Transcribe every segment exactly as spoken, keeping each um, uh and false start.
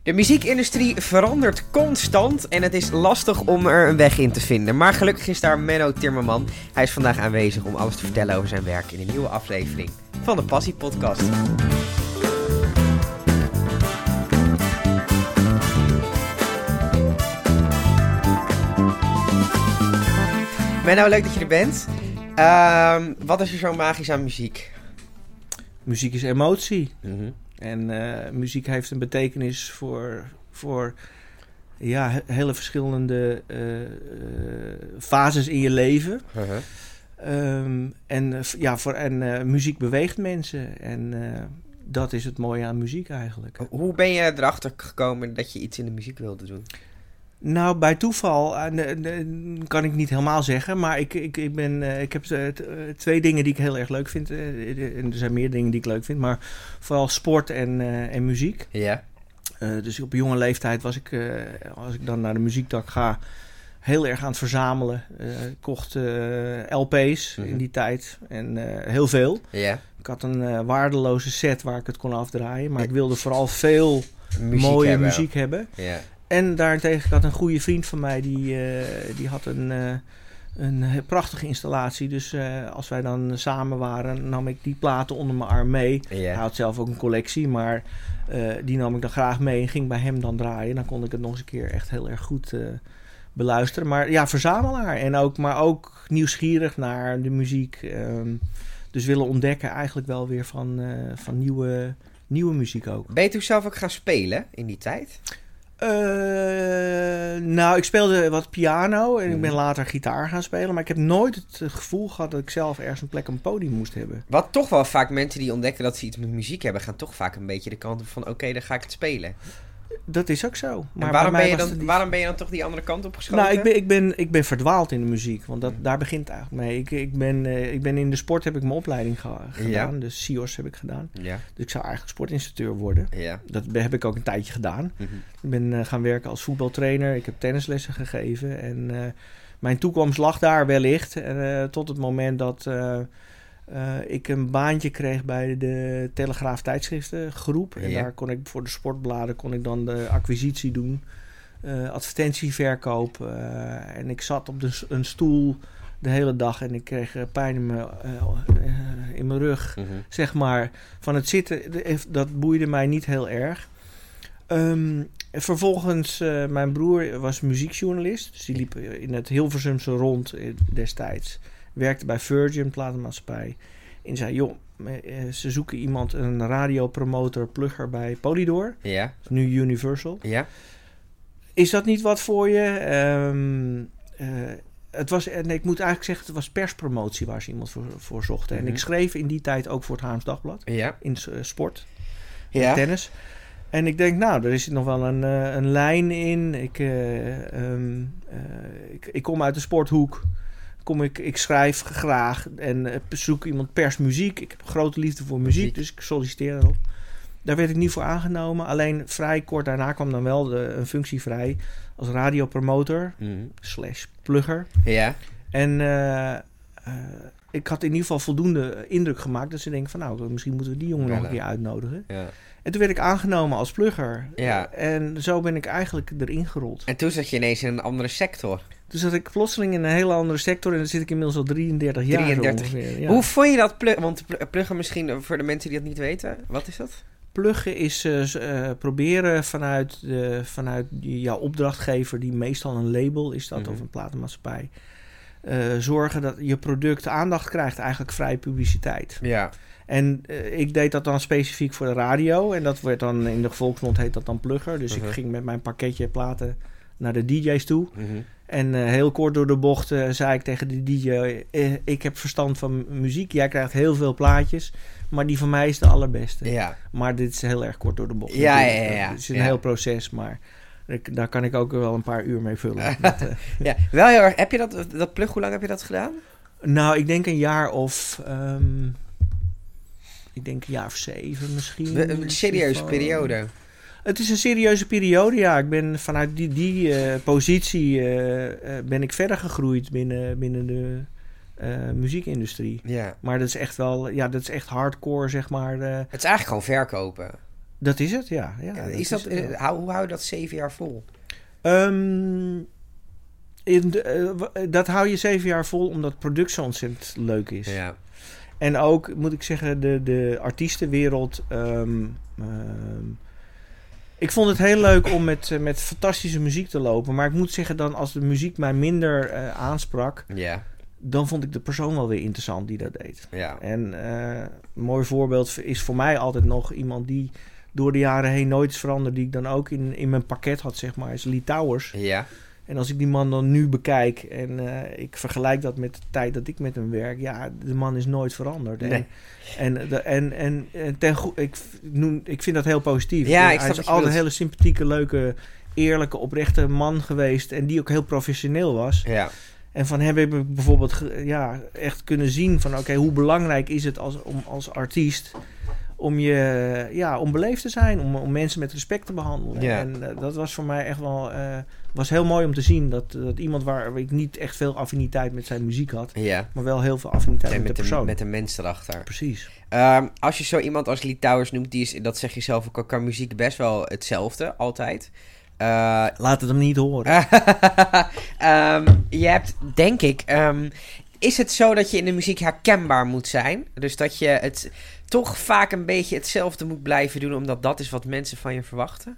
De muziekindustrie verandert constant en het is lastig om er een weg in te vinden. Maar gelukkig is daar Menno Timmerman. Hij is vandaag aanwezig om alles te vertellen over zijn werk in een nieuwe aflevering van de Passie Podcast. Menno, leuk dat je er bent. Uh, wat is er zo magisch aan muziek? Muziek is emotie. Mm-hmm. En uh, muziek heeft een betekenis voor, voor ja, he- hele verschillende uh, uh, fases in je leven. Uh-huh. Um, en uh, ja, voor, en uh, muziek beweegt mensen. En uh, dat is het mooie aan muziek eigenlijk. Hoe ben je erachter gekomen dat je iets in de muziek wilde doen? Nou, bij toeval uh, uh, kan ik niet helemaal zeggen. Maar ik, ik, ik, ben, uh, ik heb uh, t- uh, twee dingen die ik heel erg leuk vind. Uh, en er zijn meer dingen die ik leuk vind. Maar vooral sport en, uh, en muziek. Ja. Uh, dus op jonge leeftijd was ik, uh, als ik dan naar de muziektak ga, heel erg aan het verzamelen. Uh, ik kocht uh, L P's Mhm. in die tijd en uh, heel veel. Ja. Ik had een uh, waardeloze set waar ik het kon afdraaien. Maar ik wilde vooral veel Muziek mooie hebben. muziek hebben. Ja. En daarentegen, ik had een goede vriend van mij, die, uh, die had een, uh, een prachtige installatie. Dus uh, als wij dan samen waren, nam ik die platen onder mijn arm mee. Ja. Hij had zelf ook een collectie, maar uh, die nam ik dan graag mee en ging bij hem dan draaien. Dan kon ik het nog eens een keer echt heel erg goed uh, beluisteren. Maar ja, verzamelaar. En ook, maar ook nieuwsgierig naar de muziek. Um, dus willen ontdekken eigenlijk wel weer van, uh, van nieuwe, nieuwe muziek ook. Ben je toen zelf ook gaan spelen in die tijd? Uh, nou, ik speelde wat piano en Mm. ik ben later gitaar gaan spelen. Maar ik heb nooit het gevoel gehad dat ik zelf ergens een plek op een podium moest hebben. Wat toch wel vaak mensen die ontdekken dat ze iets met muziek hebben, gaan toch vaak een beetje de kant op van oké, okay, dan ga ik het spelen. Dat is ook zo. Maar En waarom, bij mij ben je was dan, het- waarom ben je dan toch die andere kant op geschoten? Nou, ik ben, ik, ben, ik ben verdwaald in de muziek, want dat, Mm. daar begint het eigenlijk mee. Ik, ik, ben, uh, ik ben in de sport, heb ik mijn opleiding ge- gedaan, Ja. dus S I O S heb ik gedaan. Ja, Dus ik zou eigenlijk sportinstructeur worden. ja. Dat be- heb ik ook een tijdje gedaan. Mhm. Ik ben uh, gaan werken als voetbaltrainer, ik heb tennislessen gegeven en uh, mijn toekomst lag daar wellicht. Uh, tot het moment dat uh, uh, ik een baantje kreeg bij de Telegraaf tijdschriftengroep. En Ja. daar kon ik voor de sportbladen kon ik dan de acquisitie doen. Uh, advertentieverkoop. Uh, en ik zat op de, s- een stoel de hele dag en ik kreeg uh, pijn in mijn, uh, uh, in mijn rug, Mhm. zeg maar. Van het zitten, de- dat boeide mij niet heel erg. Um, vervolgens, uh, mijn broer was muziekjournalist. Dus die liep in het Hilversumse rond uh, destijds. Werkte bij Virgin, platenmaatschappij. En zei, joh, uh, ze zoeken iemand, een radiopromotor, plugger bij Polydor. Ja, Nu Universal. ja. Is dat niet wat voor je? Um, uh, het was, en ik moet eigenlijk zeggen, het was perspromotie waar ze iemand voor, voor zochten. Mhm. En ik schreef in die tijd ook voor het Haarlems Dagblad. Ja, In uh, sport, in ja. tennis. En ik denk, nou, er is nog wel een, uh, een lijn in. Ik, uh, um, uh, ik, ik kom uit de sporthoek. Kom ik, ik schrijf graag en uh, zoek iemand pers muziek. Ik heb een grote liefde voor muziek, Muziek. dus ik solliciteer erop. Daar werd ik niet voor aangenomen. Alleen vrij kort daarna kwam dan wel de, een functie vrij als radiopromotor Mhm. slash plugger. Ja, En uh, uh, ik had in ieder geval voldoende indruk gemaakt dat ze denken van nou, misschien moeten we die jongen nog Bellen. een keer uitnodigen. ja. En toen werd ik aangenomen als plugger. Ja. En zo ben ik eigenlijk erin gerold. En toen zat je ineens in een andere sector. Dus zat ik plotseling in een hele andere sector en dan zit ik inmiddels al drieëndertig jaar drieëndertig. ongeveer. Ja. Hoe vond je dat pluggen? Want pl- pluggen misschien uh, voor de mensen die dat niet weten. Wat is dat? Pluggen is uh, z- uh, proberen vanuit, de, vanuit die, jouw opdrachtgever, die meestal een label is dat, Mhm. of een platenmaatschappij, uh, zorgen dat je product aandacht krijgt, eigenlijk vrije publiciteit. Ja. En uh, ik deed dat dan specifiek voor de radio. En dat werd dan in de volksmond heet dat dan plugger. Dus Mhm. ik ging met mijn pakketje platen naar de D J's toe. Mhm. En uh, heel kort door de bocht uh, zei ik tegen de D J... Uh, ik heb verstand van muziek. Jij krijgt heel veel plaatjes. Maar die van mij is de allerbeste. Ja. Maar dit is heel erg kort door de bocht. Ja, natuurlijk. ja, ja, ja. Het is een Ja. heel proces, maar... Ik, daar kan ik ook wel een paar uur mee vullen. Met, uh, Ja, wel heel erg. Heb je dat, dat plug, hoe lang heb je dat gedaan? nou, ik denk een jaar of... Um, ik denk een jaar of zeven misschien. We- Een serieuze Van- periode. Het is een serieuze periode, ja. Ik ben vanuit die, die uh, positie uh, uh, ben ik verder gegroeid binnen, binnen de uh, muziekindustrie. Ja. Maar dat is echt wel, ja, dat is echt hardcore, zeg maar. Uh, Het is eigenlijk gewoon verkopen. Dat is het, ja. ja Uh, dat is dat, is het, uh, hou, hoe hou je dat zeven jaar vol? Um, in de, uh, dat hou je zeven jaar vol omdat productie ontzettend leuk is. Ja. En ook, moet ik zeggen, de, de artiestenwereld... Um, um, ik vond het heel leuk om met, uh, met fantastische muziek te lopen. Maar ik moet zeggen dan, als de muziek mij minder uh, aansprak... Ja. Dan vond ik de persoon wel weer interessant die dat deed. Ja. En uh, een mooi voorbeeld is voor mij altijd nog iemand die door de jaren heen nooit is veranderd. Die ik dan ook in, in mijn pakket had, zeg maar, is Lee Towers. Ja. En als ik die man dan nu bekijk en uh, ik vergelijk dat met de tijd dat ik met hem werk. Ja, de man is nooit veranderd. Nee. En, en, de, en, en, en ten go- ik, noem, ik vind dat heel positief. Ja, hij ik snap is altijd een hele sympathieke, leuke, eerlijke, oprechte man geweest. En die ook heel professioneel was. Ja. En van hem heb ik bijvoorbeeld ja, echt kunnen zien van... oké, okay, hoe belangrijk is het als, om als artiest... om je ja, om beleefd te zijn, om, om mensen met respect te behandelen. Ja. En uh, dat was voor mij echt wel... Uh, was heel mooi om te zien dat, dat iemand waar ik niet echt veel affiniteit met zijn muziek had... Ja. maar wel heel veel affiniteit en met, met de persoon. De, met de mens erachter. Precies. Um, als je zo iemand als Lee Towers noemt, die is, dat zeg je zelf ook al, qua muziek best wel hetzelfde, altijd... Uh, Laat het hem niet horen. um, je hebt, denk ik... Um, is het zo dat je in de muziek herkenbaar moet zijn? Dus dat je het toch vaak een beetje hetzelfde moet blijven doen... omdat dat is wat mensen van je verwachten?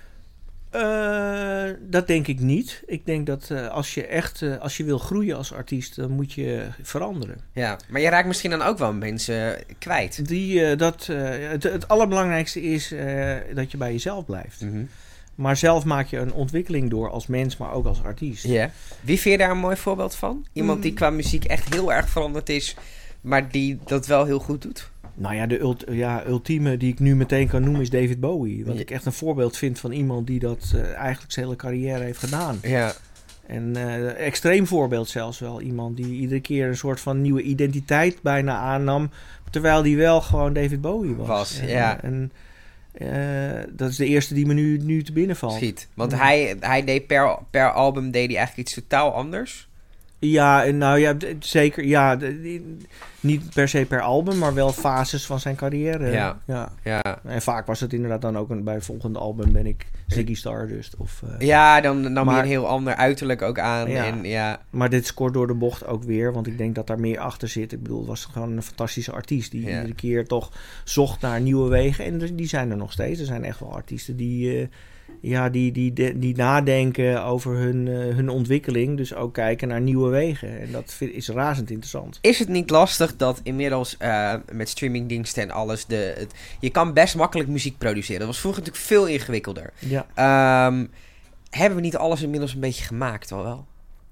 Uh, dat denk ik niet. Ik denk dat uh, als je echt uh, als je wil groeien als artiest, dan moet je veranderen. Ja, maar je raakt misschien dan ook wel mensen kwijt. Die, uh, dat, uh, het, het allerbelangrijkste is uh, dat je bij jezelf blijft. Mm-hmm. Maar zelf maak je een ontwikkeling door als mens, maar ook als artiest. Ja. Yeah. Wie vind je daar een mooi voorbeeld van? Iemand die qua muziek echt heel erg veranderd is, maar die dat wel heel goed doet? Nou ja, de ult- ja, ultieme die ik nu meteen kan noemen is David Bowie. Wat ja. ik echt een voorbeeld vind van iemand die dat uh, eigenlijk zijn hele carrière heeft gedaan. Ja. En uh, extreem voorbeeld zelfs wel. Iemand die iedere keer een soort van nieuwe identiteit bijna aannam. Terwijl die wel gewoon David Bowie was. Was, en, ja. En uh, dat is de eerste die me nu, nu te binnen valt. Schiet. Want ja. hij, hij deed per, per album deed hij eigenlijk iets totaal anders. Ja, nou ja, d- zeker. Ja, d- d- niet per se per album, maar wel fases van zijn carrière. Ja. Ja. Ja. En vaak was het inderdaad dan ook een, bij het volgende album ben ik Ziggy Stardust. Of, uh, ja, dan nam maar, je een heel ander uiterlijk ook aan. Ja. En, ja. Maar dit scoort door de bocht ook weer, want ik denk dat daar meer achter zit. Ik bedoel, het was gewoon een fantastische artiest die ja. iedere keer toch zocht naar nieuwe wegen. En die zijn er nog steeds. Er zijn echt wel artiesten die... Uh, Ja, die, die, die, die nadenken over hun, uh, hun ontwikkeling. Dus ook kijken naar nieuwe wegen. En dat vind, is razend interessant. Is het niet lastig dat inmiddels uh, met streamingdiensten en alles... De, het, je kan best makkelijk muziek produceren. Dat was vroeger natuurlijk veel ingewikkelder. Ja. Um, hebben we niet alles inmiddels een beetje gemaakt al wel?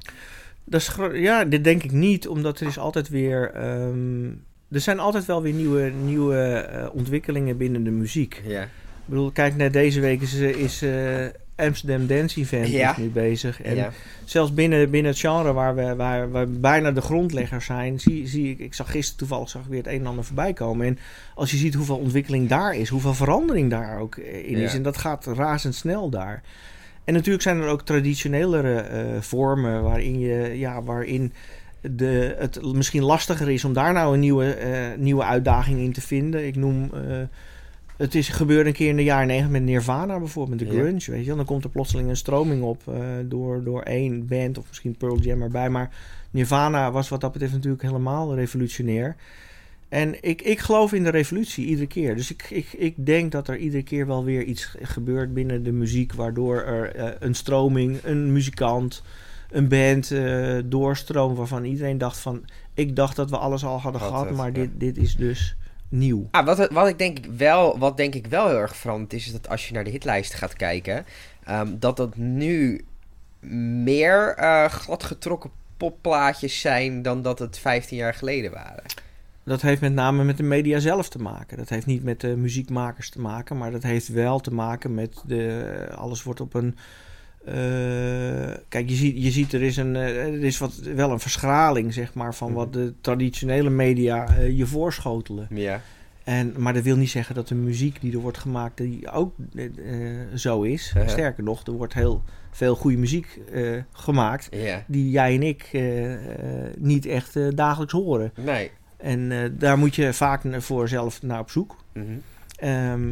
Dat is gro- ja, dit denk ik niet. Omdat er is altijd weer... Um, er zijn altijd wel weer nieuwe, nieuwe uh, ontwikkelingen binnen de muziek. Ja. Ik bedoel, kijk, net deze week is, is uh, Amsterdam Dance Event ja. is nu bezig. En ja. zelfs binnen, binnen het genre waar we, waar we bijna de grondleggers zijn, zie, zie ik, ik zag gisteren toevallig zag ik weer het een en ander voorbij komen. En als je ziet hoeveel ontwikkeling daar is, hoeveel verandering daar ook in is. Ja. En dat gaat razendsnel daar. En natuurlijk zijn er ook traditionelere uh, vormen waarin je, ja, waarin de, het misschien lastiger is om daar nou een nieuwe, uh, nieuwe uitdaging in te vinden. Ik noem... Uh, Het is gebeurd een keer in de jaren negentig met Nirvana bijvoorbeeld, met de grunge, ja. weet je wel. Dan komt er plotseling een stroming op uh, door, door één band of misschien Pearl Jam erbij. Maar Nirvana was wat dat betreft natuurlijk helemaal revolutionair. En ik, ik geloof in de revolutie iedere keer. Dus ik, ik, ik denk dat er iedere keer wel weer iets gebeurt binnen de muziek, waardoor er uh, een stroming, een muzikant, een band uh, doorstroomt waarvan iedereen dacht van, ik dacht dat we alles al hadden wat gehad, het, maar ja. dit, dit is dus... nieuw. Ah, wat, wat, ik denk ik wel, wat denk ik wel heel erg veranderd is, is dat als je naar de hitlijsten gaat kijken, um, dat dat nu meer uh, gladgetrokken popplaatjes zijn dan dat het vijftien jaar geleden waren. Dat heeft met name met de media zelf te maken. Dat heeft niet met de muziekmakers te maken, maar dat heeft wel te maken met de... Alles wordt op een... Uh, kijk, je ziet, je ziet er is, een, uh, er is wat, wel een verschraling, zeg maar, van wat de traditionele media uh, je voorschotelen. Ja. En, maar dat wil niet zeggen dat de muziek die er wordt gemaakt, die ook uh, zo is. Uh-huh. Sterker nog, er wordt heel veel goede muziek uh, gemaakt, yeah. die jij en ik uh, uh, niet echt uh, dagelijks horen. Nee. En uh, daar moet je vaak voor zelf naar op zoek. Mm-hmm. Um,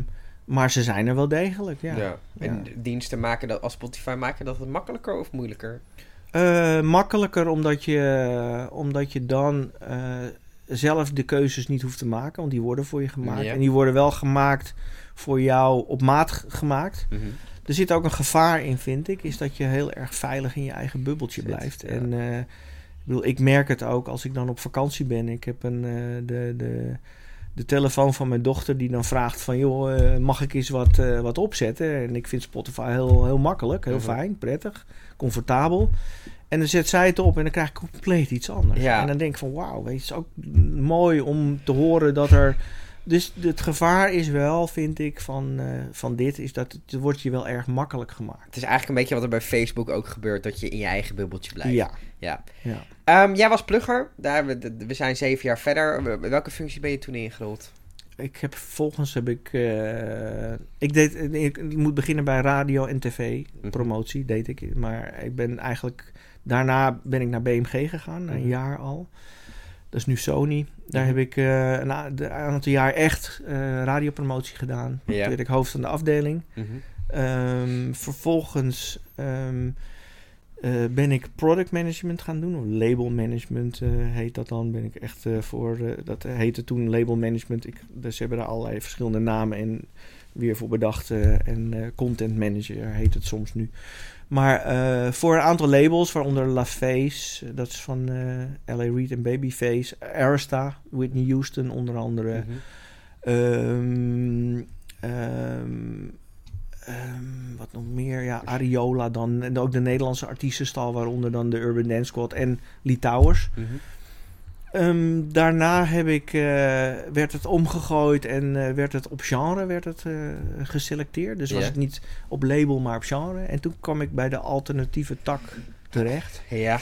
Maar ze zijn er wel degelijk, ja. ja. En ja. diensten maken dat als Spotify maken dat het makkelijker of moeilijker? Uh, makkelijker omdat je, omdat je dan uh, zelf de keuzes niet hoeft te maken. Want die worden voor je gemaakt. Ja. En die worden wel gemaakt voor jou op maat g- gemaakt. Mm-hmm. Er zit ook een gevaar in, vind ik. Is dat je heel erg veilig in je eigen bubbeltje Zit, blijft. ja. En uh, ik bedoel, ik merk het ook als ik dan op vakantie ben. Ik heb een, uh, de, de, de telefoon van mijn dochter die dan vraagt van... joh, uh, mag ik eens wat, uh, wat opzetten? En ik vind Spotify heel, heel makkelijk, heel Mm-hmm. fijn, prettig, comfortabel. En dan zet zij het op en dan krijg ik compleet iets anders. Ja. En dan denk ik van wauw, weet je, het is ook mooi om te horen dat er... Dus het gevaar is wel, vind ik, van, uh, van dit, is dat het wordt je wel erg makkelijk gemaakt. Het is eigenlijk een beetje wat er bij Facebook ook gebeurt, dat je in je eigen bubbeltje blijft. Ja. ja. ja. Um, jij was plugger, Daar, we, we zijn zeven jaar verder. Welke functie ben je toen ingerold? Ik heb vervolgens heb ik, uh, ik deed, ik, ik moet beginnen bij radio en tv, promotie mm-hmm. deed ik, maar ik ben eigenlijk, daarna ben ik naar B M G gegaan, mm-hmm. een jaar al. Dat is nu Sony. Daar mm-hmm. heb ik uh, een, a- een aantal jaar echt uh, radiopromotie gedaan. Ja. Toen werd ik hoofd van de afdeling. Mm-hmm. Um, vervolgens um, uh, ben ik product management gaan doen. Of label management uh, heet dat dan. Ben ik echt uh, voor... Uh, dat heette toen label management. Ik, dus ze hebben daar allerlei verschillende namen en weer voor bedacht. Uh, en uh, content manager heet het soms nu. Maar uh, voor een aantal labels, waaronder LaFace, dat is van uh, L A Reid en Babyface, Arista, Whitney Houston onder andere. Mm-hmm. Um, um, um, wat nog meer? Ja, Ariola dan. En ook de Nederlandse artiestenstal, waaronder dan de Urban Dance Squad en Lee Towers. Mm-hmm. Um, daarna heb ik, uh, werd het omgegooid en uh, werd het op genre werd het, uh, geselecteerd. Dus yeah. was het niet op label, maar op genre. En toen kwam ik bij de alternatieve tak terecht. Ja.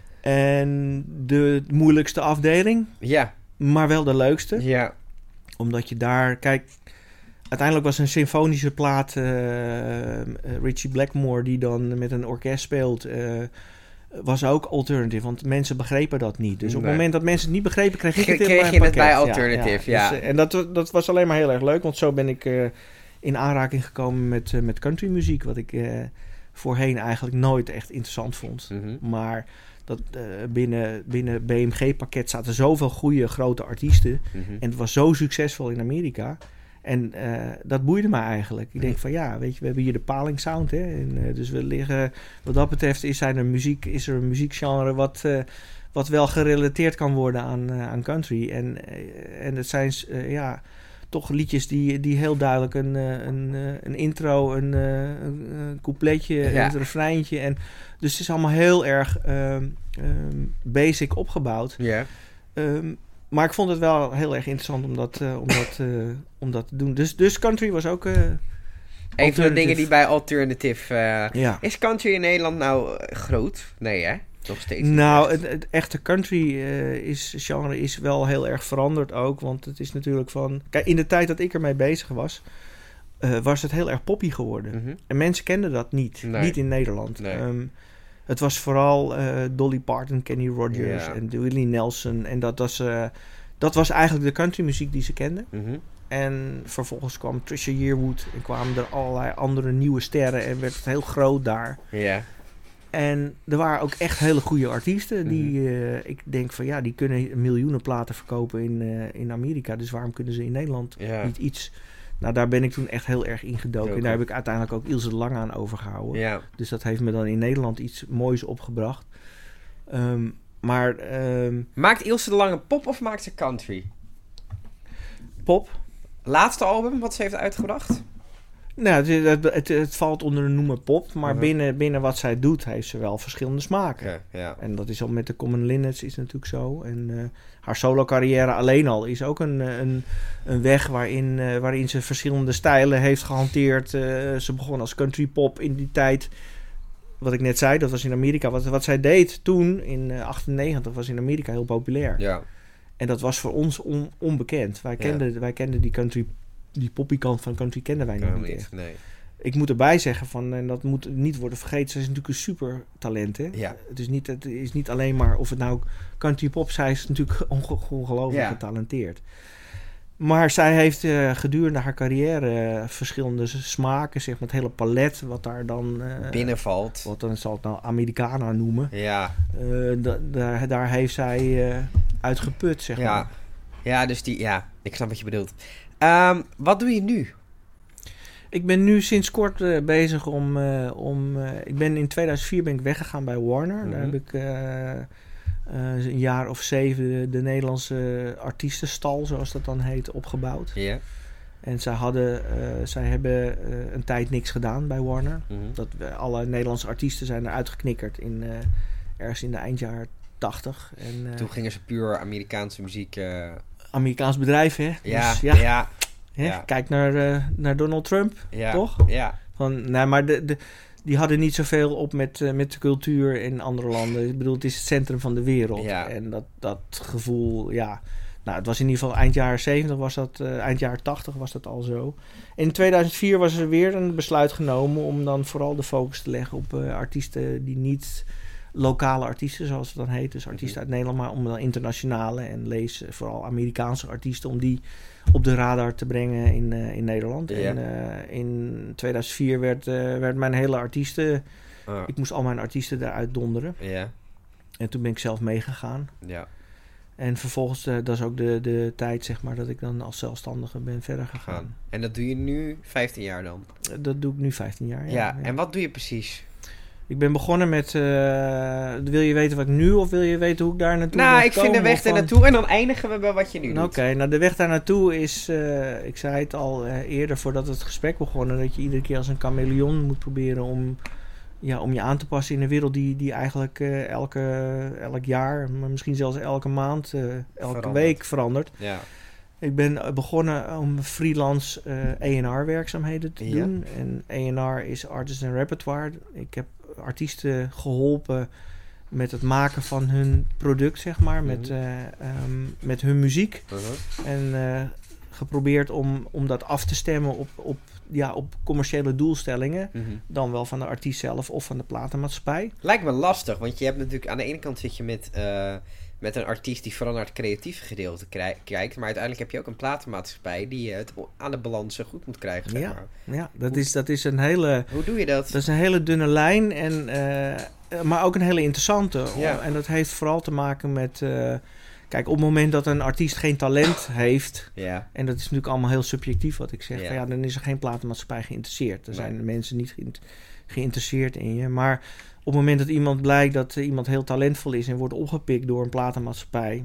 En de moeilijkste afdeling. Ja. Maar wel de leukste. Ja. Omdat je daar, kijk... Uiteindelijk was een symfonische plaat, uh, Richie Blackmore, die dan met een orkest speelt... Uh, was ook alternative, want mensen begrepen dat niet. Dus op nee. het moment dat mensen het niet begrepen, kreeg ik het in kreeg mijn je pakket. het bij alternative, ja. ja. Dus, uh, en dat, dat was alleen maar heel erg leuk, want zo ben ik uh, in aanraking gekomen met, uh, met countrymuziek, wat ik uh, voorheen eigenlijk nooit echt interessant vond. Mm-hmm. Maar dat, uh, binnen, binnen B M G-pakket zaten zoveel goede grote artiesten mm-hmm. en het was zo succesvol in Amerika. En uh, dat boeide me eigenlijk. Ik denk van ja, weet je, we hebben hier de paling sound. Hè? En, uh, dus we liggen, wat dat betreft is, zijn er muziek, is er een muziekgenre wat, uh, wat wel gerelateerd kan worden aan, uh, aan country. En, uh, en het zijn uh, ja, toch liedjes die, die heel duidelijk een, uh, een, uh, een intro, een, uh, een coupletje, ja. een refreintje. En, dus het is allemaal heel erg uh, um, basic opgebouwd. Ja. Um, Maar ik vond het wel heel erg interessant om dat, uh, om dat, uh, om dat te doen. Dus, dus country was ook... Uh, een van de dingen die bij alternative... Uh, ja. Is country in Nederland nou uh, groot? Nee, hè? Nog steeds. Nou, het, het echte country uh, is, genre is wel heel erg veranderd ook. Want het is natuurlijk van... Kijk, in de tijd dat ik ermee bezig was... Uh, was het heel erg poppy geworden. Mm-hmm. En mensen kenden dat niet. Nee. Niet in Nederland. Nee. Um, Het was vooral uh, Dolly Parton, Kenny Rogers yeah. en Willie Nelson. En dat was, uh, dat was eigenlijk de countrymuziek die ze kenden. Mm-hmm. En vervolgens kwam Trisha Yearwood en kwamen er allerlei andere nieuwe sterren en werd het heel groot daar. Ja. Yeah. En er waren ook echt hele goede artiesten die, mm-hmm. uh, ik denk van ja, die kunnen miljoenen platen verkopen in, uh, in Amerika. Dus waarom kunnen ze in Nederland yeah. niet iets... Nou, daar ben ik toen echt heel erg ingedoken. Okay. En daar heb ik uiteindelijk ook Ilse de Lange aan overgehouden. Ja. Dus dat heeft me dan in Nederland iets moois opgebracht. Um, maar... Um, maakt Ilse de Lange pop of maakt ze country? Pop. Laatste album wat ze heeft uitgebracht? Nou, het, het, het, het valt onder de noemer pop. Maar uh-huh. binnen, binnen wat zij doet heeft ze wel verschillende smaken. Okay, yeah. En dat is al met de Common Linnets is natuurlijk zo. En uh, haar solo carrière alleen al is ook een, een, een weg waarin, uh, waarin ze verschillende stijlen heeft gehanteerd. Uh, ze begon als country pop in die tijd. Wat ik net zei, dat was in Amerika. Wat, wat zij deed toen, in uh, achtennegentig, was in Amerika heel populair. Ja. En dat was voor ons on, onbekend. Wij kenden, ja. wij kenden die country, die poppy kant van country kenden wij nog niet echt. Nee. Ik moet erbij zeggen, van, en dat moet niet worden vergeten, zij is natuurlijk een super talent. Hè? Ja. Het, is niet, het is niet alleen maar of het nou country pop, zij is natuurlijk onge- ongelooflijk ja. getalenteerd. Maar zij heeft uh, gedurende haar carrière uh, verschillende smaken, zeg maar, het hele palet wat daar dan uh, binnenvalt. Wat dan zal het nou Americana noemen. Ja. Uh, da- daar, daar heeft zij uh, uit geput, zeg ja. maar. Ja, dus die, ja, ik snap wat je bedoelt. Um, wat doe je nu? Ik ben nu sinds kort uh, bezig om... Uh, om uh, ik ben in tweeduizend vier ben ik weggegaan bij Warner. Mm-hmm. Daar heb ik uh, uh, een jaar of zeven de, de Nederlandse artiestenstal, zoals dat dan heet, opgebouwd. Ja. Yeah. En zij hadden, uh, zij hebben uh, een tijd niks gedaan bij Warner. Mm-hmm. Dat we, alle Nederlandse artiesten zijn eruit geknikkerd in uh, ergens in de eindjaar tachtig. En, uh, toen gingen ze puur Amerikaanse muziek... Uh... Amerikaans bedrijf, hè? Ja, dus, ja. ja. Hè? Ja. Kijk naar, uh, naar Donald Trump, ja. toch? Ja. Van, nou, maar de, de, die hadden niet zoveel op met, uh, met de cultuur in andere landen. Ik bedoel, het is het centrum van de wereld. Ja. En dat, dat gevoel, ja... Nou, het was in ieder geval eind jaren zeventig, was dat, uh, eind jaren tachtig was dat al zo. In tweeduizend vier was er weer een besluit genomen om dan vooral de focus te leggen op uh, artiesten die niet... lokale artiesten, zoals het dan heet. Dus artiesten uit Nederland, maar om dan internationale en lees vooral Amerikaanse artiesten, om die op de radar te brengen in, uh, in Nederland. Ja. En uh, in tweeduizend vier werd, uh, werd mijn hele artiesten... Oh. Ik moest al mijn artiesten eruit donderen. Ja. En toen ben ik zelf meegegaan. Ja. En vervolgens, uh, dat is ook de, de tijd, zeg maar, dat ik dan als zelfstandige ben verder gegaan. Gaan. En dat doe je nu vijftien jaar dan? Uh, dat doe ik nu vijftien jaar, ja. Ja, ja. En wat doe je precies? Ik ben begonnen met... Uh, wil je weten wat ik nu of wil je weten hoe ik daar naartoe Nou, ben ik vind de weg daar naartoe en dan eindigen we bij wat je nu doet. Oké, okay, nou de weg daar naartoe is... Uh, ik zei het al uh, eerder voordat het gesprek begon... dat je iedere keer als een chameleon moet proberen om... Ja, om je aan te passen in een wereld die, die eigenlijk uh, elke, elk jaar... maar misschien zelfs elke maand, uh, elke verandert. week verandert. Ja. Ik ben begonnen om freelance uh, A en R werkzaamheden te ja. doen. En A en R is Artist and Repertoire. Ik heb artiesten geholpen met het maken van hun product, zeg maar. Mm-hmm. Met, uh, um, met hun muziek. Uh-huh. En uh, geprobeerd om, om dat af te stemmen op, op, ja, op commerciële doelstellingen. Mm-hmm. Dan wel van de artiest zelf of van de platenmaatschappij. Lijkt me lastig, want je hebt natuurlijk aan de ene kant zit je met... Uh... met een artiest die vooral naar het creatieve gedeelte krij- kijkt. Maar uiteindelijk heb je ook een platenmaatschappij die het aan de balans goed moet krijgen. Zeg ja, maar. ja dat, is, dat is een hele... Hoe doe je dat? Dat is een hele dunne lijn, en, uh, maar ook een hele interessante. Ja. En dat heeft vooral te maken met... Uh, kijk, op het moment dat een artiest geen talent heeft... Ja. En dat is natuurlijk allemaal heel subjectief wat ik zeg. Ja. Van, ja, dan is er geen platenmaatschappij geïnteresseerd. Er nee. zijn mensen niet ge- geïnteresseerd in je. Maar... Op het moment dat iemand blijkt dat uh, iemand heel talentvol is en wordt opgepikt door een platenmaatschappij,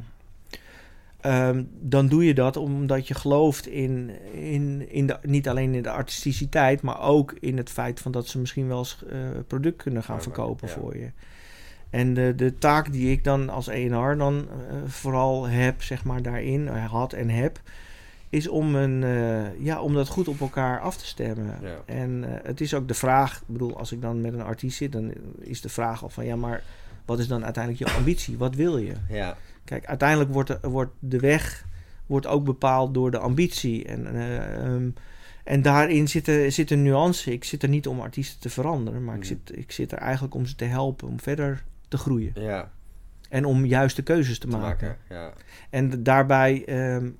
um, dan doe je dat omdat je gelooft in, in, in de, niet alleen in de artisticiteit, maar ook in het feit van dat ze misschien wel eens uh, product kunnen gaan ja, verkopen ja. voor je. En de, de taak die ik dan als A en R dan uh, vooral heb, zeg maar daarin, uh, had en heb, is om, een, uh, ja, om dat goed op elkaar af te stemmen. Ja. En uh, het is ook de vraag... Ik bedoel, als ik dan met een artiest zit... dan is de vraag al van... ja, maar wat is dan uiteindelijk je ambitie? Wat wil je? Ja. Kijk, uiteindelijk wordt de, wordt de weg... wordt ook bepaald door de ambitie. En, uh, um, en daarin zit, er, zit een nuance. Ik zit er niet om artiesten te veranderen... maar mm. ik, zit, ik zit er eigenlijk om ze te helpen... om verder te groeien. Ja. En om juiste keuzes te, te maken. maken. Ja. En daarbij... Um,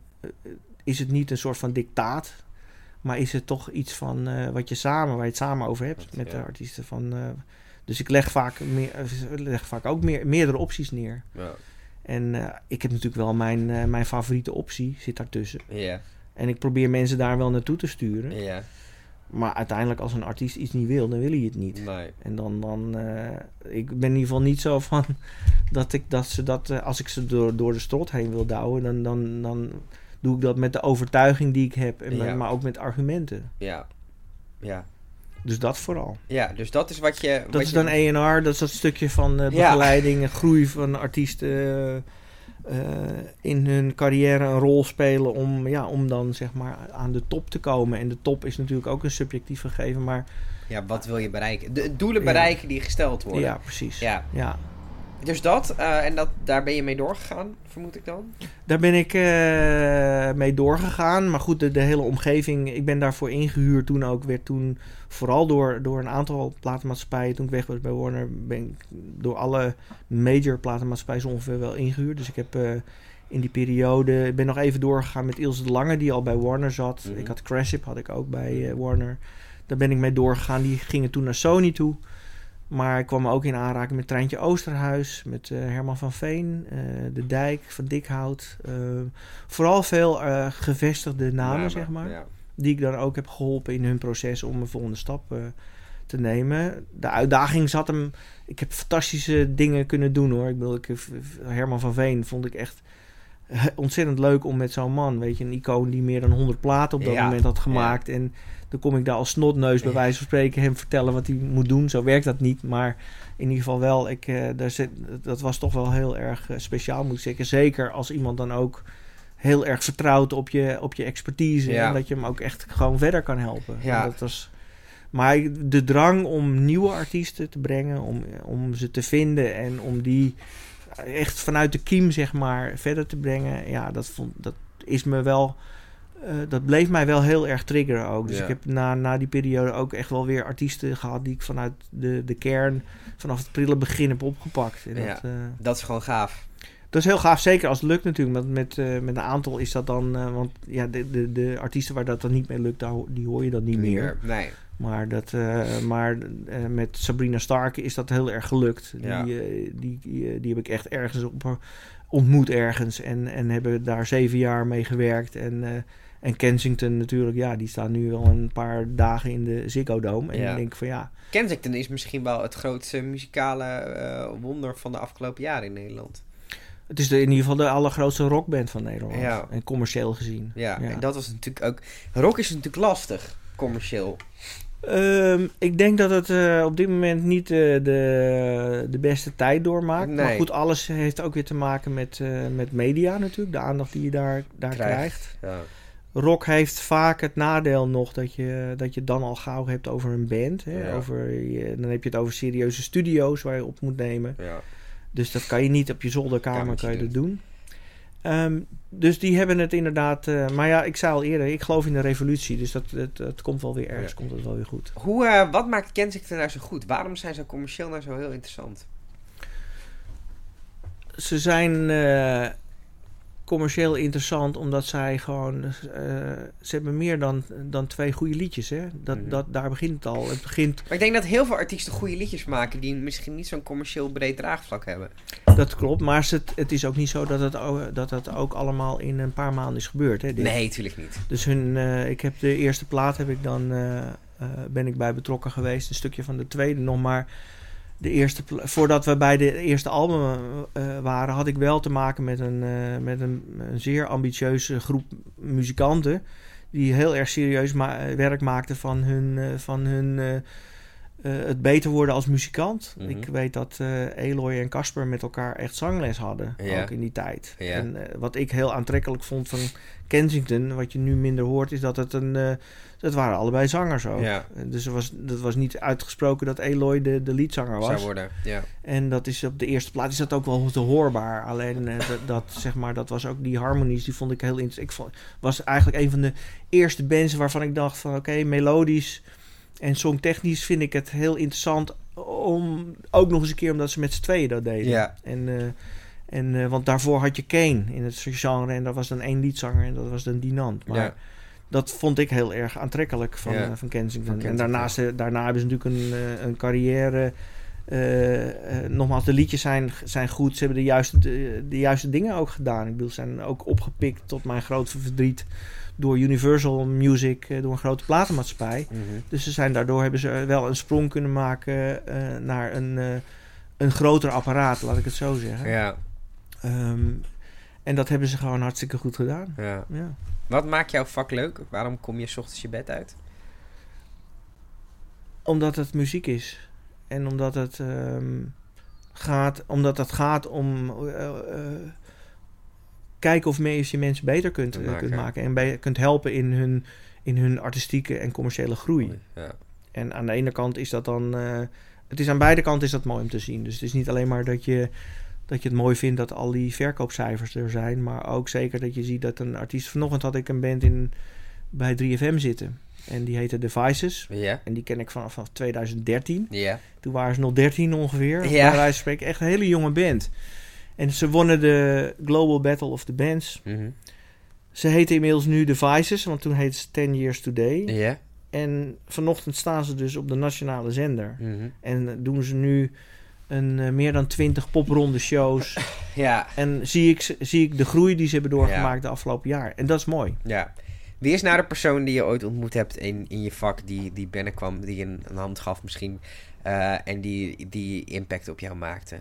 is het niet een soort van dictaat, maar is het toch iets van uh, wat je samen, waar je het samen over hebt dat, met ja. de artiesten. Van, uh, dus ik leg vaak, meer, leg vaak ook meer, meerdere opties neer. Ja. En uh, ik heb natuurlijk wel mijn, uh, mijn favoriete optie, zit daartussen. Ja. En ik probeer mensen daar wel naartoe te sturen. Ja. Maar uiteindelijk als een artiest iets niet wil, dan wil hij het niet. Nee. En dan, dan uh, ik ben in ieder geval niet zo van, dat ik dat ze dat, uh, als ik ze door, door de strot heen wil douwen, dan... dan, dan doe ik dat met de overtuiging die ik heb. En ja. met, maar ook met argumenten. Ja. Ja. Dus dat vooral. Ja, dus dat is wat je... Dat wat is je... dan A en R. Dat is dat stukje van uh, begeleiding. Ja. Groei van artiesten. Uh, uh, in hun carrière een rol spelen. Om, ja, om dan zeg maar aan de top te komen. En de top is natuurlijk ook een subjectief gegeven. Maar... Ja, wat wil je bereiken? De doelen bereiken ja. die gesteld worden. Ja, precies. Ja. ja. Dus dat, uh, en dat, daar ben je mee doorgegaan, vermoed ik dan? Daar ben ik uh, mee doorgegaan. Maar goed, de, de hele omgeving, ik ben daarvoor ingehuurd toen ook. Werd toen vooral door, door een aantal platenmaatschappijen, toen ik weg was bij Warner, ben ik door alle major platenmaatschappijen ongeveer wel ingehuurd. Dus ik heb uh, in die periode. Ik ben nog even doorgegaan met Ilse de Lange, die al bij Warner zat. Mm-hmm. Ik had Craship, had ik ook bij uh, Warner. Daar ben ik mee doorgegaan. Die gingen toen naar Sony toe. Maar ik kwam ook in aanraking met Treintje Oosterhuis, met uh, Herman van Veen, uh, De Dijk, Van Dikhout. Uh, vooral veel uh, gevestigde namen, Ja, zeg maar. Ja. Die ik dan ook heb geholpen in hun proces om een volgende stap uh, te nemen. De uitdaging zat hem... Ik heb fantastische dingen kunnen doen, hoor. Ik bedoel, ik, Herman van Veen vond ik echt ontzettend leuk om met zo'n man... Weet je, een icoon die meer dan honderd platen op dat ja. moment had gemaakt. Ja. En dan kom ik daar als snotneus bij wijze van spreken hem vertellen wat hij moet doen. Zo werkt dat niet, maar in ieder geval wel. Ik, uh, daar zit, dat was toch wel heel erg uh, speciaal, moet ik zeggen. Zeker als iemand dan ook heel erg vertrouwt op je, op je expertise. Ja. En dat je hem ook echt gewoon verder kan helpen. Ja. Dat was, maar de drang om nieuwe artiesten te brengen, om, om ze te vinden en om die echt vanuit de kiem, zeg maar, verder te brengen. Ja, dat, vond, dat is me wel... Uh, dat bleef mij wel heel erg triggeren ook. Dus ja. ik heb na, na die periode ook echt wel weer artiesten gehad die ik vanuit de, de kern, vanaf het prille begin heb opgepakt. En ja, dat, uh, dat is gewoon gaaf. Dat is heel gaaf, zeker als het lukt natuurlijk. Want met, uh, met een aantal is dat dan... Uh, want ja, de, de, de artiesten waar dat dan niet mee lukt, daar, die hoor je dan niet Niet meer. meer. Nee. Maar, dat, uh, maar uh, met Sabrina Stark is dat heel erg gelukt. Ja. Die, uh, die, die, die heb ik echt ergens op ontmoet ergens. En, en hebben daar zeven jaar mee gewerkt. En... Uh, En Kensington natuurlijk, ja, die staan nu al een paar dagen in de Ziggo Dome. En ja. ik denk van ja... Kensington is misschien wel het grootste muzikale uh, wonder van de afgelopen jaren in Nederland. Het is de, in ieder geval de allergrootste rockband van Nederland. Ja. En commercieel gezien. Ja, ja, en dat was natuurlijk ook... Rock is natuurlijk lastig, commercieel. Um, ik denk dat het uh, op dit moment niet uh, de, de beste tijd doormaakt. Nee. Maar goed, alles heeft ook weer te maken met, uh, met media natuurlijk. De aandacht die je daar, daar krijgt. krijgt. Ja. Rock heeft vaak het nadeel nog dat je, dat je dan al gauw hebt over een band. Hè? Ja. Over je, dan heb je het over serieuze studio's waar je op moet nemen. Ja. Dus dat kan je niet op je zolderkamer Kamertje kan je dat doen. doen. Um, dus die hebben het inderdaad... Uh, maar ja, ik zei al eerder, ik geloof in de revolutie. Dus dat, het, het komt wel weer ergens, ja. komt het wel weer goed. Hoe, uh, wat maakt Kensington nou zo goed? Waarom zijn ze commercieel nou zo heel interessant? Ze zijn... Uh, commercieel interessant, omdat zij gewoon... Uh, ze hebben meer dan, dan twee goede liedjes, hè. Dat, mm-hmm. dat, daar begint het al. Het begint... Maar ik denk dat heel veel artiesten goede liedjes maken... die misschien niet zo'n commercieel breed draagvlak hebben. Dat klopt, maar het, het is ook niet zo dat het, ook, dat het ook allemaal in een paar maanden is gebeurd, hè. Dit. Nee, natuurlijk niet. Dus hun, uh, ik heb de eerste plaat heb ik dan... Uh, uh, ben ik bij betrokken geweest. Een stukje van de tweede nog maar... De eerste, voordat we bij de eerste album uh, waren, had ik wel te maken met een, uh, met een, een zeer ambitieuze groep muzikanten. Die heel erg serieus ma- werk maakten van hun, uh, van hun uh, uh, het beter worden als muzikant. Mm-hmm. Ik weet dat uh, Eloy en Casper met elkaar echt zangles hadden, ja. ook in die tijd. Ja. En uh, wat ik heel aantrekkelijk vond van Kensington, wat je nu minder hoort, is dat het een... Uh, dat waren allebei zangers ook. Ja. Dus er was, dat was niet uitgesproken dat Eloy de, de leadzanger was. Zou worden, ja. En dat is op de eerste plaats is dat ook wel te hoorbaar. Alleen uh, dat, dat, zeg maar, dat was ook die harmonies, die vond ik heel interessant. Ik vond, was eigenlijk een van de eerste bands waarvan ik dacht van oké, okay, melodisch en songtechnisch vind ik het heel interessant om ook nog eens een keer omdat ze met z'n tweeën dat deden. Ja. En, uh, en uh, want daarvoor had je Kane in het genre en dat was dan één liedzanger en dat was dan Dinant. Maar ja. dat vond ik heel erg aantrekkelijk van, ja. uh, van Kensington. Van Kensington. En daarnaast, uh, daarna hebben ze natuurlijk een, uh, een carrière. Uh, uh, nogmaals, de liedjes zijn, zijn goed. Ze hebben de juiste, de, de juiste dingen ook gedaan. Ik bedoel, ze zijn ook opgepikt tot mijn grote verdriet door Universal Music, uh, door een grote platenmaatschappij. Mm-hmm. Dus ze zijn, daardoor hebben ze wel een sprong kunnen maken uh, naar een, uh, een groter apparaat, laat ik het zo zeggen. Ja. Um, en dat hebben ze gewoon hartstikke goed gedaan. Ja. Ja. Wat maakt jouw vak leuk? Waarom kom je 's ochtends je bed uit? Omdat het muziek is. En omdat het um, gaat, omdat het gaat om uh, uh, kijken of je mensen beter kunt, uh, kunt maken. En bij, kunt helpen in hun, in hun artistieke en commerciële groei. Ja. En aan de ene kant is dat dan... Uh, het is aan beide kanten is dat mooi om te zien. Dus het is niet alleen maar dat je... dat je het mooi vindt dat al die verkoopcijfers er zijn. Maar ook zeker dat je ziet dat een artiest... Vanochtend had ik een band in, bij drie F M zitten. En die heette Devices. Ja. En die ken ik vanaf twintig dertien. Ja. Toen waren ze nog dertien ongeveer. Ja. Bij wijze van spreken echt een hele jonge band. En ze wonnen de Global Battle of the Bands. Mm-hmm. Ze heten inmiddels nu The Vices, want toen heette ze Ten Years Today. Ja. Yeah. En vanochtend staan ze dus op de nationale zender. Mm-hmm. En doen ze nu een uh, meer dan twintig popronde shows. Ja. En zie ik, zie ik de groei die ze hebben doorgemaakt ja. de afgelopen jaar. En dat is mooi. Ja. Wie is nou de persoon die je ooit ontmoet hebt in, in je vak, die, die binnenkwam, die een, een hand gaf misschien, uh, en die, die impact op jou maakte?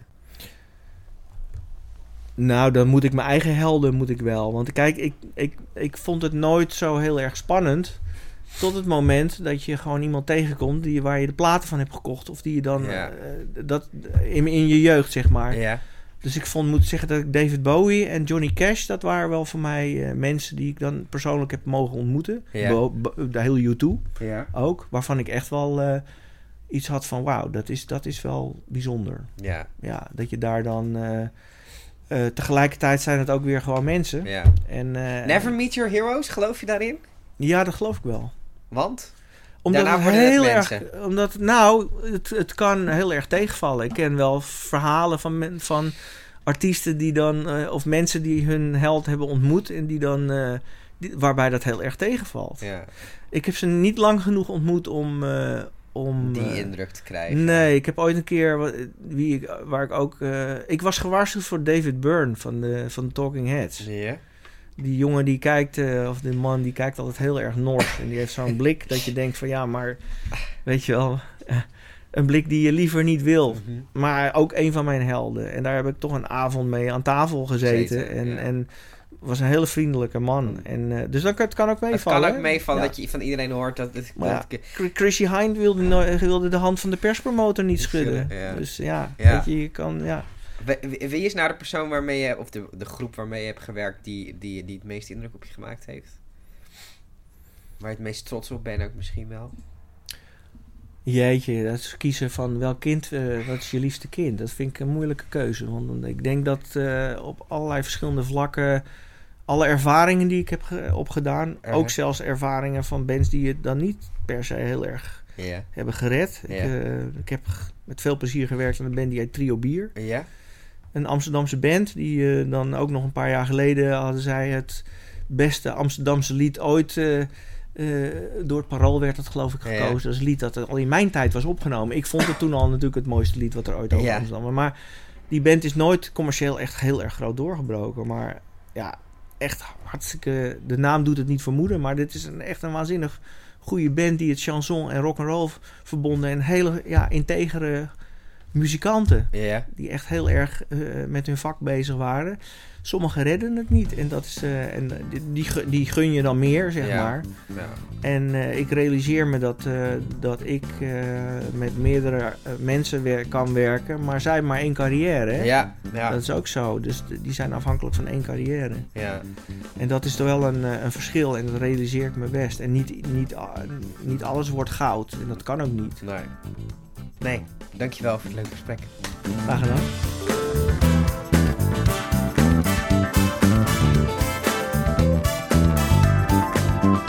Nou, dan moet ik mijn eigen helden, moet ik wel. Want kijk, ik, ik, ik vond het nooit zo heel erg spannend. Tot het moment dat je gewoon iemand tegenkomt die, waar je de platen van hebt gekocht. Of die je dan, ja. uh, dat, in, in je jeugd, zeg maar. Ja. Dus ik vond, moet zeggen dat ik David Bowie en Johnny Cash, dat waren wel voor mij uh, mensen die ik dan persoonlijk heb mogen ontmoeten. Ja. Bo, bo, de hele U twee ja. ook. Waarvan ik echt wel uh, iets had van, wauw, dat is, dat is wel bijzonder. Ja. Ja, dat je daar dan... Uh, Uh, tegelijkertijd zijn het ook weer gewoon mensen. Ja. En, uh, Never meet your heroes, geloof je daarin? Ja, dat geloof ik wel. Want? Omdat Daarna het heel het erg... Omdat, nou, het, het kan heel erg tegenvallen. Ik ken wel verhalen van, men, van artiesten die dan... Uh, of mensen die hun held hebben ontmoet en die dan... Uh, die, waarbij dat heel erg tegenvalt. Ja. Ik heb ze niet lang genoeg ontmoet om... Uh, Om, die uh, indruk te krijgen. Nee, ik heb ooit een keer wie ik, waar ik ook... Uh, ik was gewaarschuwd voor David Byrne van de, van de Talking Heads. Yeah. Die jongen die kijkt, uh, of de man die kijkt altijd heel erg nors. En die heeft zo'n blik dat je denkt van ja, maar weet je wel... Uh, een blik die je liever niet wil. Mm-hmm. Maar ook een van mijn helden. En daar heb ik toch een avond mee aan tafel gezeten. Zeten, en... Ja. en was een hele vriendelijke man. En, uh, dus dat kan, het kan ook meevallen. Het kan ook meevallen ja. dat je van iedereen hoort dat... Het, ja, dat Chrissy Hind wilde, no- wilde de hand van de perspromotor niet schudden. Ja. Dus ja, ja. Weet je, je kan... Ja. Wie is nou de persoon waarmee je... Of de, de groep waarmee je hebt gewerkt... Die, die, die het meeste indruk op je gemaakt heeft? Waar je het meest trots op bent ook misschien wel? Jeetje, dat is kiezen van welk kind... Uh, wat is je liefste kind? Dat vind ik een moeilijke keuze. Want ik denk dat uh, op allerlei verschillende vlakken... alle ervaringen die ik heb ge- opgedaan... Uh-huh. Ook zelfs ervaringen van bands die het dan niet per se heel erg yeah. hebben gered. Yeah. Ik, uh, ik heb g- met veel plezier gewerkt aan een band die heet Trio Bier. Yeah. Een Amsterdamse band die uh, dan ook nog een paar jaar geleden... hadden zij het beste Amsterdamse lied ooit... Uh, uh, door het Parool werd het geloof ik gekozen. Yeah. Dat is een lied dat al in mijn tijd was opgenomen. Ik vond het toen al natuurlijk het mooiste lied wat er ooit over yeah. Amsterdam was. Maar die band is nooit commercieel echt heel erg groot doorgebroken. Maar ja... echt hartstikke... De naam doet het niet vermoeden, maar dit is een, echt een waanzinnig goede band die het chanson en rock'n'roll verbonden. En hele ja, integere muzikanten. Yeah. Die echt heel erg uh, met hun vak bezig waren. Sommigen redden het niet. En, dat is, uh, en die, die, die gun je dan meer, zeg yeah. maar. Yeah. En uh, ik realiseer me dat, uh, dat ik uh, met meerdere uh, mensen wer- kan werken. Maar zij hebben maar één carrière. Hè? Ja, ja. Dat is ook zo. Dus d- die zijn afhankelijk van één carrière. Ja. En dat is toch wel een, uh, een verschil. En dat realiseer ik me best. En niet, niet, uh, niet alles wordt goud. En dat kan ook niet. Nee. Nee. Dankjewel voor het leuke gesprek. Graag gedaan. Thank you.